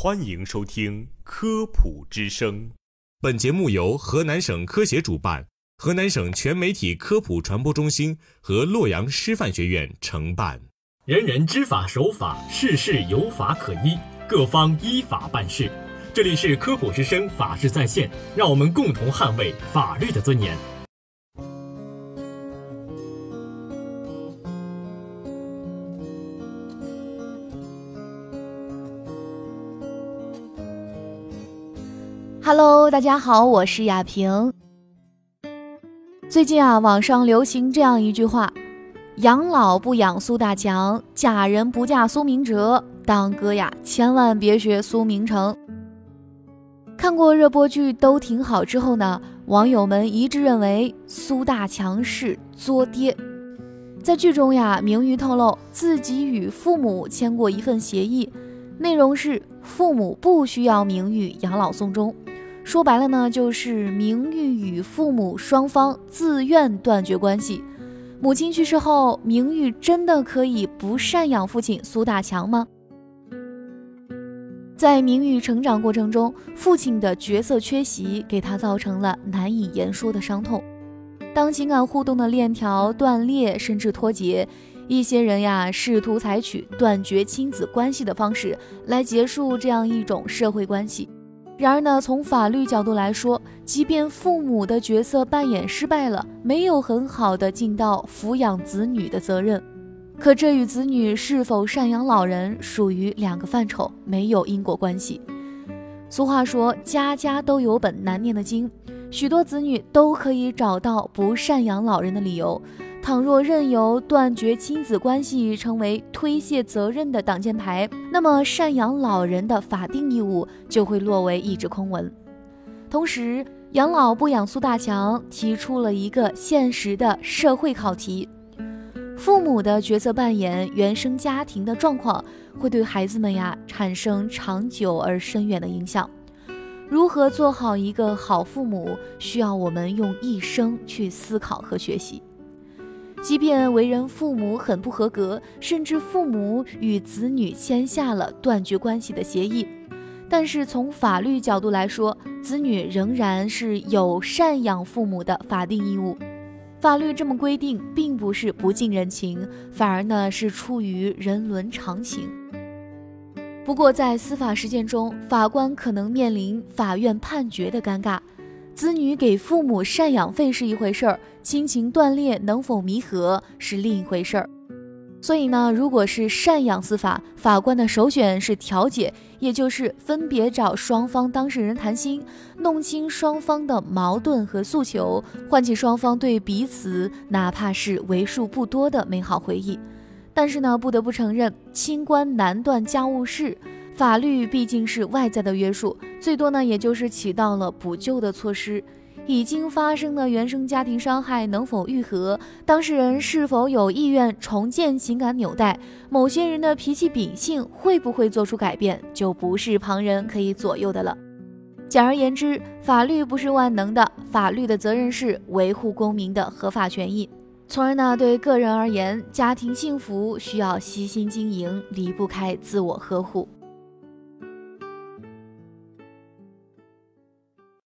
欢迎收听科普之声。本节目由河南省科协主办，河南省全媒体科普传播中心和洛阳师范学院承办。 人人知法守法，事事有法可依，各方依法办事。这里是科普之声法治在线，让我们共同捍卫法律的尊严。 Hello， 大家好，我是雅萍。最近网上流行这样一句话：养老不养苏大强，嫁人不嫁苏明哲，当哥千万别学苏明成。看过热播剧都挺好之后呢，网友们一致认为苏大强是作爹。在剧中明玉透露自己与父母签过一份协议，内容是父母不需要明玉养老送终。说白了呢，就是明玉与父母双方自愿断绝关系。母亲去世后，明玉真的可以不赡养父亲苏大强吗？在明玉成长过程中，父亲的角色缺席给他造成了难以言说的伤痛。当情感互动的链条断裂甚至脱节，一些人试图采取断绝亲子关系的方式来结束这样一种社会关系。然而呢，从法律角度来说，即便父母的角色扮演失败了，没有很好的尽到抚养子女的责任，可这与子女是否赡养老人属于两个范畴，没有因果关系。俗话说家家都有本难念的经，许多子女都可以找到不赡养老人的理由。倘若任由断绝亲子关系成为推卸责任的挡箭牌，那么赡养老人的法定义务就会落为一纸空文。同时，养老不养苏大强提出了一个现实的社会考题：父母的角色扮演、原生家庭的状况会对孩子们产生长久而深远的影响。如何做好一个好父母，需要我们用一生去思考和学习。即便为人父母很不合格，甚至父母与子女签下了断绝关系的协议，但是从法律角度来说，子女仍然是有赡养父母的法定义务。法律这么规定并不是不近人情，反而呢是出于人伦常情。不过在司法实践中，法官可能面临法院判决的尴尬。子女给父母赡养费是一回事儿，亲情断裂能否弥合是另一回事儿。所以呢，如果是赡养司法，法官的首选是调解，也就是分别找双方当事人谈心，弄清双方的矛盾和诉求，唤起双方对彼此哪怕是为数不多的美好回忆。但是呢，不得不承认，清官难断家务事，法律毕竟是外在的约束，最多呢也就是起到了补救的措施。已经发生的原生家庭伤害能否愈合，当事人是否有意愿重建情感纽带，某些人的脾气秉性会不会做出改变，就不是旁人可以左右的了。简而言之，法律不是万能的，法律的责任是维护公民的合法权益。从而呢，对个人而言，家庭幸福需要悉心经营，离不开自我呵护。